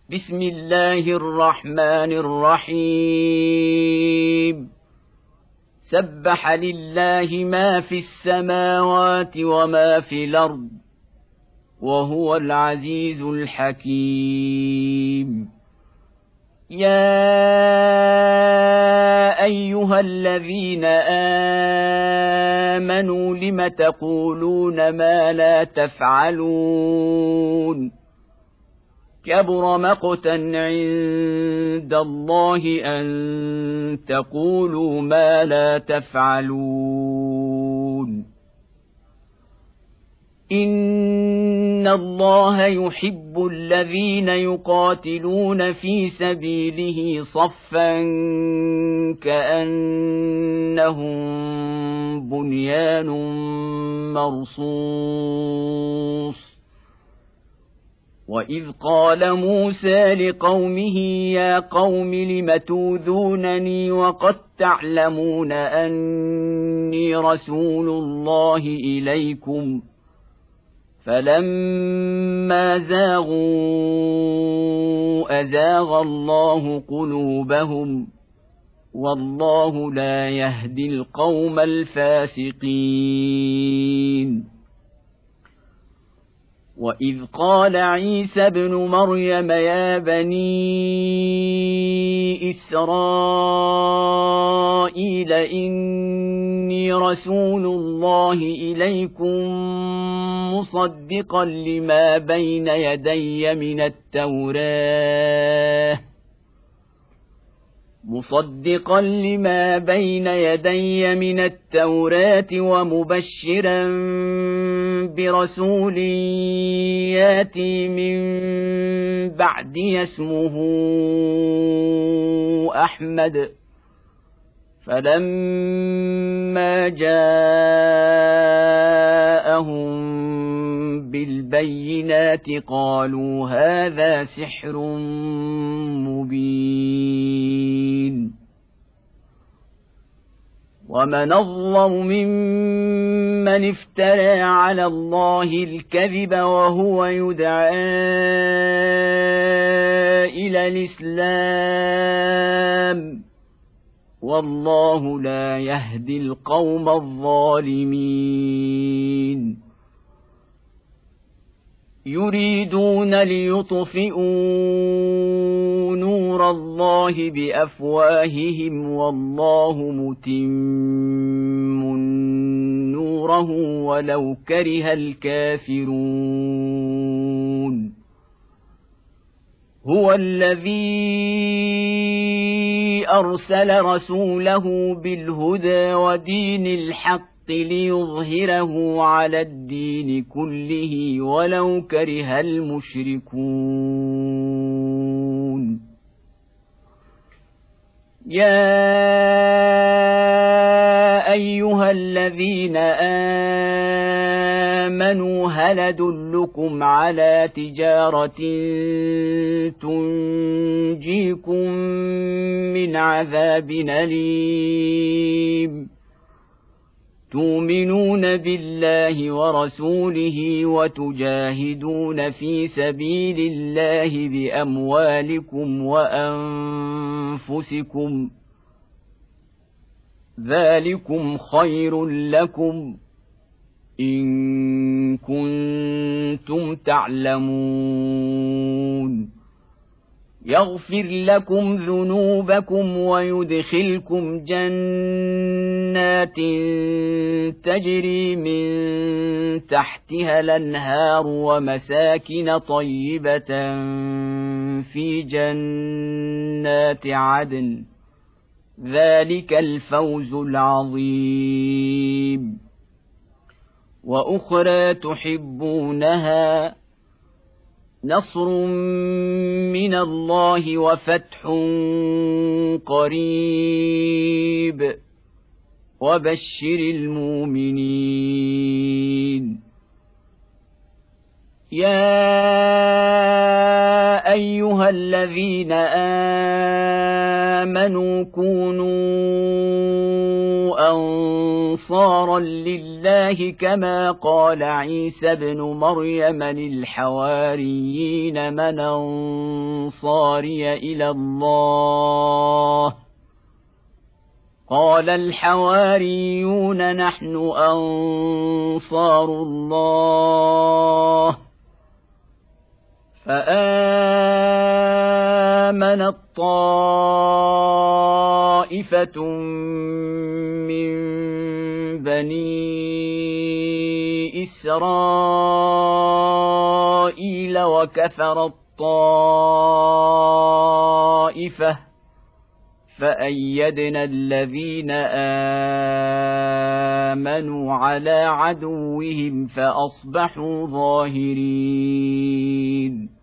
بسم الله الرحمن الرحيم سبح لله ما في السماوات وما في الأرض وهو العزيز الحكيم يا أيها الذين آمنوا لم تقولون ما لا تفعلون كبر مقتا عند الله أن تقولوا ما لا تفعلون إن الله يحب الذين يقاتلون في سبيله صفا كأنهم بنيان مرصوص وإذ قال موسى لقومه يا قوم لم توذونني وقد تعلمون أني رسول الله إليكم فلما زاغوا أزاغ الله قلوبهم والله لا يهدي القوم الفاسقين وإذ قال عيسى ابن مريم يا بني إسرائيل إني رسول الله إليكم مصدقا لما بين يدي من التوراة ومبشرا برسول ياتي من بعدي اسمه أحمد فلما جاءهم بالبينات قالوا هذا سحر مبين ومن أظلم ممن افترى على الله الكذب وهو يدعى إلى الإسلام والله لا يهدي القوم الظالمين يريدون ليطفئوا نور الله بأفواههم والله متم نوره ولو كره الكافرون هو الذي أرسل رسوله بالهدى ودين الحق ليظهره على الدين كله ولو كره المشركون يا أيها الذين آمنوا هل أدلكم على تجارة تنجيكم من عذاب أليم تؤمنون بالله ورسوله وتجاهدون في سبيل الله بأموالكم وأنفسكم ذلكم خير لكم إن كنتم تعلمون يغفر لكم ذنوبكم ويدخلكم جنات تجري من تحتها الأنهار ومساكن طيبة في جنات عدن ذلك الفوز العظيم وأخرى تحبونها نصر من الله وفتح قريب وبشر المؤمنين يا أيها ايها الذين امنوا كونوا انصارا لله كما قال عيسى ابن مريم للحواريين من انصاري الى الله قال الحواريون نحن انصار الله فآمنت طائفة من بني إسرائيل وكفرت طائفة فأيدنا الذين آمنوا على عدوهم فأصبحوا ظاهرين